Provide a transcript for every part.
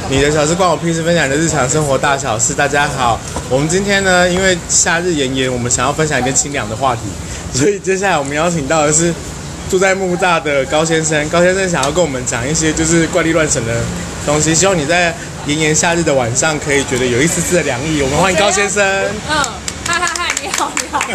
你的小事关我屁事，分享你的日常生活大小事。大家好，我们今天呢，因为夏日炎炎，我们想要分享一个清凉的话题，所以接下来我们邀请到的是住在木栅的高先生。高先生想要跟我们讲一些就是怪力乱神的东西，希望你在炎炎夏日的晚上可以觉得有一丝丝的凉意。我们欢迎高先生。 嗨，你好。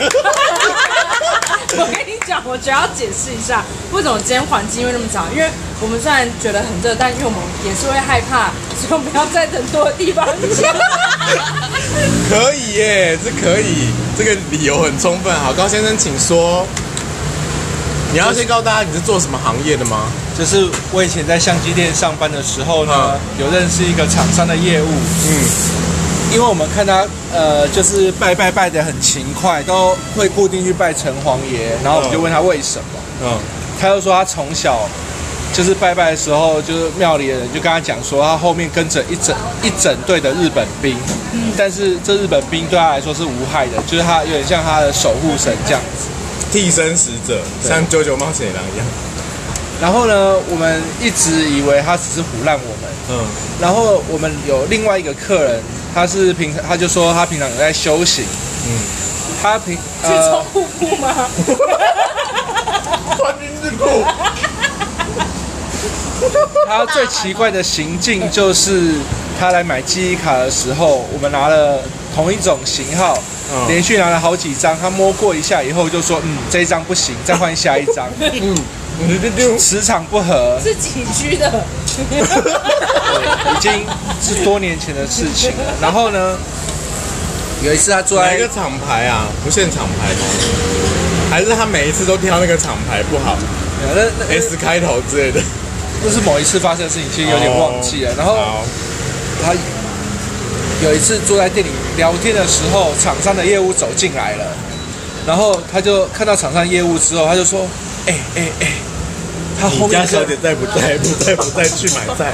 我跟你讲，我觉得要解释一下，为什么今天环境会那么早？因为我们虽然觉得很热，但因为我们也是会害怕，所以我们要在人多的地方讲。 可以耶，这可以，这个理由很充分。好，高先生，请说。你要先告诉大家你是做什么行业的吗？ 就是我以前在相机店上班的时候呢，有认识一个厂商的业务。因为我们看他就是拜得很勤快，都会固定去拜城隍爷，然后我们就问他为什么。他就说他从小就是拜的时候，就是庙里的人就跟他讲说，他后面跟着一整队的日本兵，但是这日本兵对他来说是无害的，就是他有点像他的守护神这样子， 替身使者，像九九冒险野狼一样。 然后呢，我们一直以为他只是唬烂我们。然后我们有另外一个客人，他就说他平常有在修行。他去冲瀑布吗？ 穿军日裤。 他最奇怪的行径就是他来买记忆卡的时候，我们拿了同一种型号，连续拿了好几张，他摸过一下以后就说，这一张不行，再换下一张。磁场不合， 是几居的？ 已经是多年前的事情了。然后呢，有一次他坐在哪一个厂牌啊？不限厂牌吗？还是他每一次都挑那个厂牌不好？那 S 开头之类的。 这是某一次发生的事情，其实有点忘记了。然后他有一次坐在店里聊天的时候，厂商的业务走进来了，然后他就看到厂商业务之后，他就说：“他后面你家小姐在不在？不在去买菜。”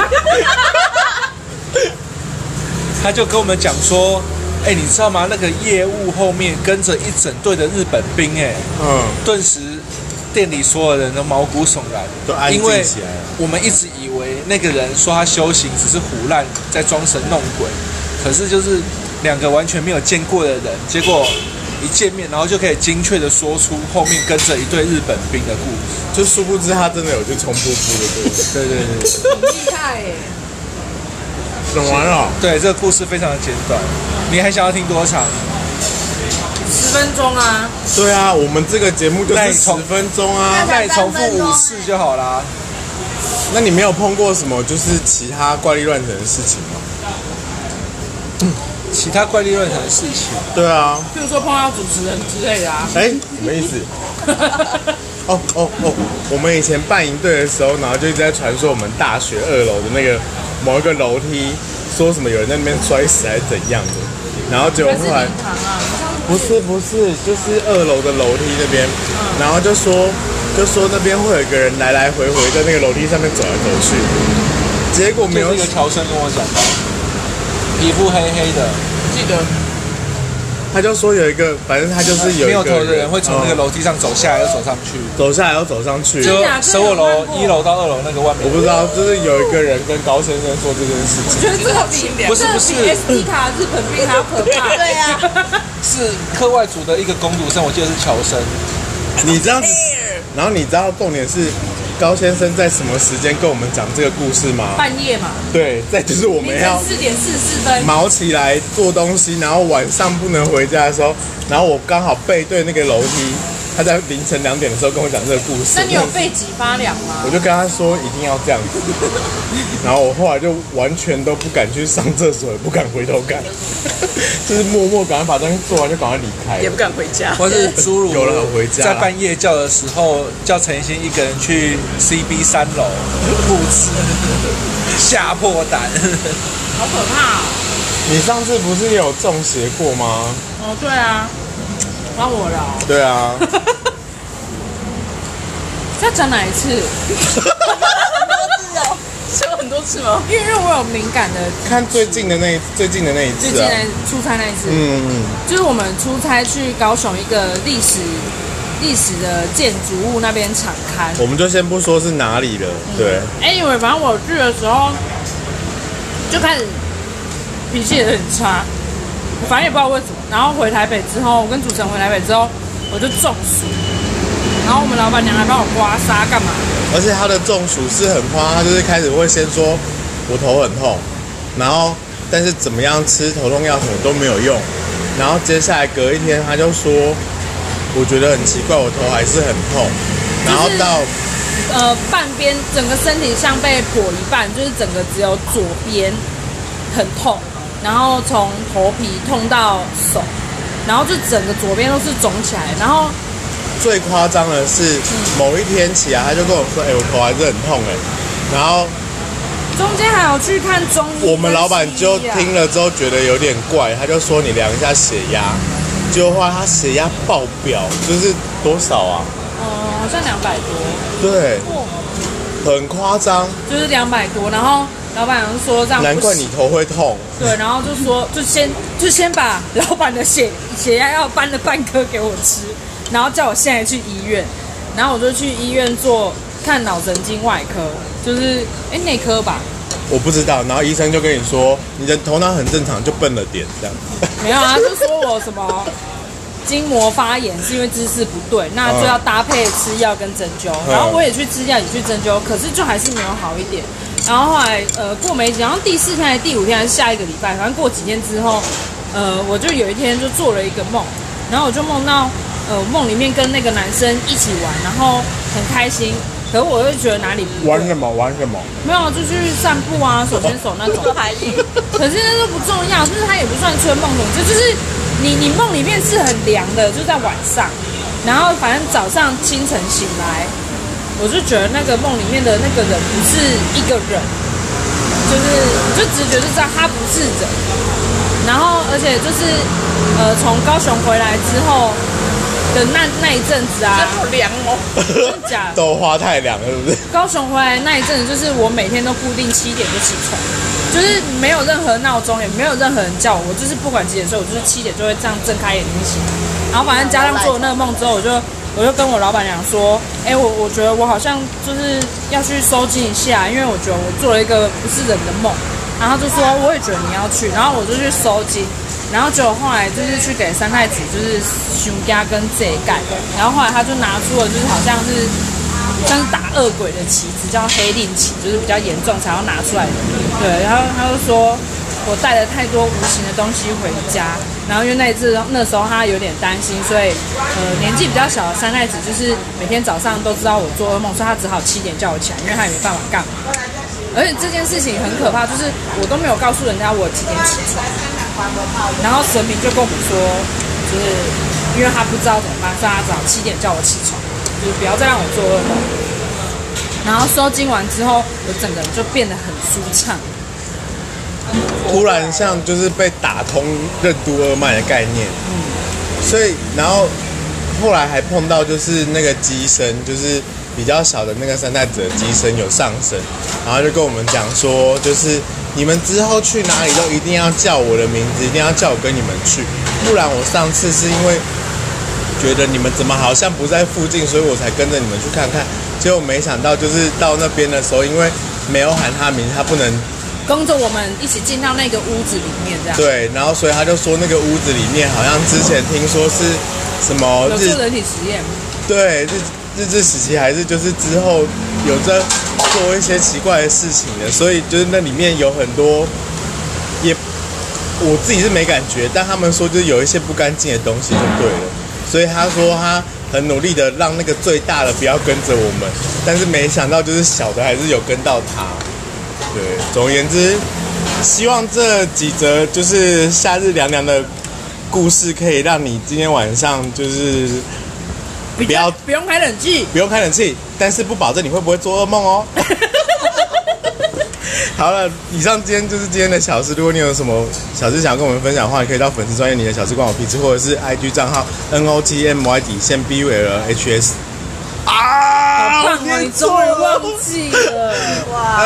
他就跟我们讲说：“你知道吗？那个业务后面跟着一整队的日本兵，顿时店里所有人都毛骨悚然， 都安静起来了。 我们一直以为那个人说他修行只是唬烂，在装神弄鬼，可是就是两个完全没有见过的人，结果一见面，然后就可以精确的说出后面跟着一队日本兵的故事， 就殊不知他真的有去冲瀑布的， 对。 很厉害耶！ 讲完了。 对，这个故事非常的简短。你还想要听多长 ？10分钟啊！ 对啊，我们这个节目就是10分钟啊， 那你重复5次就好啦。 那你没有碰过什么就是其他怪力乱神的事情吗？ 其他怪力乱神的事情？ 对啊， 譬如说碰到主持人之类的啊。 什么意思？我们以前办营队的时候，然后就一直在传说我们大学2楼的那个某一个楼梯，说什么有人在那边摔死还是怎样的，然后结果后来不是，就是2楼的楼梯那边，然后就说那边会有一个人来来回回在那个楼梯上面走来走去，结果没有。 就是一个乔生跟我讲的，皮肤黑黑的， 记得。 他就说有一个，反正他就是有一个没有头的人会从那个楼梯上走下来又走上去， 走下来又走上去， 就生活楼1楼到2楼那个外面。 我不知道，就是有一个人跟高先生说这件事情。 我觉得这个比SD 卡日本兵还要可怕。对呀， 是课外组的一个工读生，我记得是乔生。 你这样子，然后你知道重点是高先生在什么时间跟我们讲这个故事吗？ 半夜嘛。 对，再就是我们要 4点44分毛起来做东西，然后晚上不能回家的时候，然后我刚好背对那个楼梯，他在凌晨2点的时候跟我讲这个故事。 那你有背脊发凉吗？ 我就跟他说一定要这样子，然后我后来就完全都不敢去上厕所，也不敢回头看，就是默默赶快把东西做完就赶快离开， 也不敢回家。 或是诸如有了回家， 在半夜叫的时候，叫陈欣一个人去 CB 3楼布置，吓破胆， 好可怕哦！ 你上次不是也有中邪过吗？ 对啊，帮我了。 对啊。 要讲哪一次？ 很多次哦，说很多次吗？ 因为我有敏感的， 看最近的那一次、 最近的出差那一次，就是我们出差去高雄一个历史的建筑物那边场勘。 我们就先不说是哪里了，对。 Anyway，反正我去的时候， 就开始脾气也很差，反正也不知道为什么。然后回台北之后，我跟主持人回台北之后，我就中暑，然后我们老板娘还帮我刮痧干嘛？ 而且他的中暑是很夸张，他就是开始会先说我头很痛，然后但是怎么样吃头痛药什么都没有用，然后接下来隔一天他就说我觉得很奇怪，我头还是很痛，然后到半边整个身体像被剖一半，就是整个只有左边很痛，然后从头皮痛到手，然后就整个左边都是肿起来，然后最夸张的是某一天起来他就跟我说，我头还是很痛然后中间还有去看中医， 我们老板就听了之后觉得有点怪，他就说你量一下血压，结果后来他血压爆表，就是多少啊？ 好像200多， 对，很夸张， 就是200多，然后老板娘说这样不行， 难怪你头会痛。 对，然后就说就先把老板的血压药搬了半颗给我吃，然后叫我现在去医院，然后我就去医院看脑神经外科，就是内科吧， 我不知道，然后医生就跟你说你的头脑很正常，就笨了点这样。 没有啊，就说我什么筋膜发炎是因为姿势不对，那就要搭配吃药跟针灸，然后我也去吃药也去针灸，可是就还是没有好一点。然后后来过没几天，好像第4天还是第5天还是下一个礼拜，反正过几天之后，我就有一天就做了一个梦，然后我就梦到梦里面跟那个男生一起玩，然后很开心，可是我又觉得哪里不对。 玩什么？ 没有，就去散步啊，手牵手那种。可是那都不重要，就是它也不算春梦什么，就是你梦里面是很凉的，就在晚上，然后反正早上清晨醒来，我就觉得那个梦里面的那个人不是一个人，就是就直觉就知道他不是人。然后而且就是从高雄回来之后的那一阵子啊， 好凉哦， 真的假的？ 豆花太凉了，是不是？ 高雄回来那一阵子，就是我每天都固定7点就起床，就是没有任何闹钟，也没有任何人叫我，我就是不管几点睡，我就是7点就会这样睁开眼睛起来。然后反正加上做了那个梦之后，我就跟我老板娘说，我觉得我好像就是要去收金一下，因为我觉得我做了一个不是人的梦。然后就说我也觉得你要去，然后我就去收金，然后结果后来就是去给三太子就是熊家跟这盖，然后后来他就拿出了就是好像是打恶鬼的旗子，叫黑令旗，就是比较严重才要拿出来的。对，然后他就说我带了太多无形的东西回家，然后因为那时候他有点担心，所以年纪比较小的三太子就是每天早上都知道我做噩梦，所以他只好7点叫我起来，因为他也没办法干嘛。而且这件事情很可怕，就是我都没有告诉人家我几点起床，然后神明就跟我们说，就是因为他不知道怎么办，所以他只好7点叫我起床，就是不要再让我做噩梦。然后收金完之后，我整个人就变得很舒畅， 突然像就是被打通任督二脉的概念。所以然后后来还碰到就是那个机身，就是比较小的那个三太子的机身有上升，然后就跟我们讲说，就是你们之后去哪里都一定要叫我的名字，一定要叫我跟你们去，不然我上次是因为觉得你们怎么好像不在附近，所以我才跟着你们去看看，结果没想到就是到那边的时候，因为没有喊他名，他不能跟着我们一起进到那个屋子里面，这样。 对，然后所以他就说那个屋子里面好像之前听说是什么有做人体实验， 对日治时期还是就是之后有在做一些奇怪的事情的，所以就是那里面有很多也我自己是没感觉，但他们说就是有一些不干净的东西就对了，所以他说他很努力的让那个最大的不要跟着我们，但是没想到就是小的还是有跟到他。对，总而言之，希望这几则就是夏日凉凉的故事可以让你今天晚上就是不用开冷气， 不用开冷气，但是不保证你会不会做噩梦哦。好了，以上今天的小事，如果你有什么小事想要跟我们分享的话，你可以到粉丝专页你的小事关我屁事，或者是 IG 账号 NOTMY_BULHS。 好棒哦！你终于忘记了哇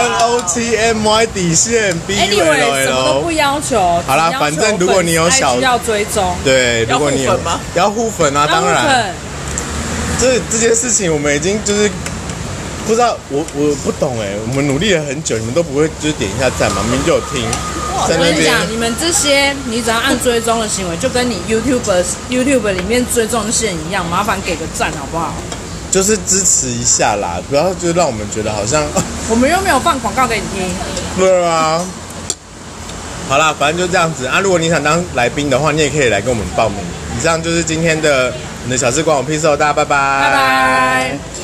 NOTMY_BULL。 什么都不要求。 好啦，反正如果你有小要追踪， 对，如果你有要互粉啊，当然。这件事情我们已经就是不知道，我不懂哎，我们努力了很久，你们都不会就是点一下赞吗？明明就有听，在那边。 我跟你讲，你们这些你只要按追踪的行为，就跟你 YouTube 里面追踪线一样，麻烦给个赞好不好？ 就是支持一下啦，不要就让我们觉得好像我们又没有放广告给你听。 对啊。好啦，反正就这样子啊。如果你想当来宾的话，你也可以来跟我们报名。以上就是今天的你的小事关我屁事哦，大家拜拜。 拜拜。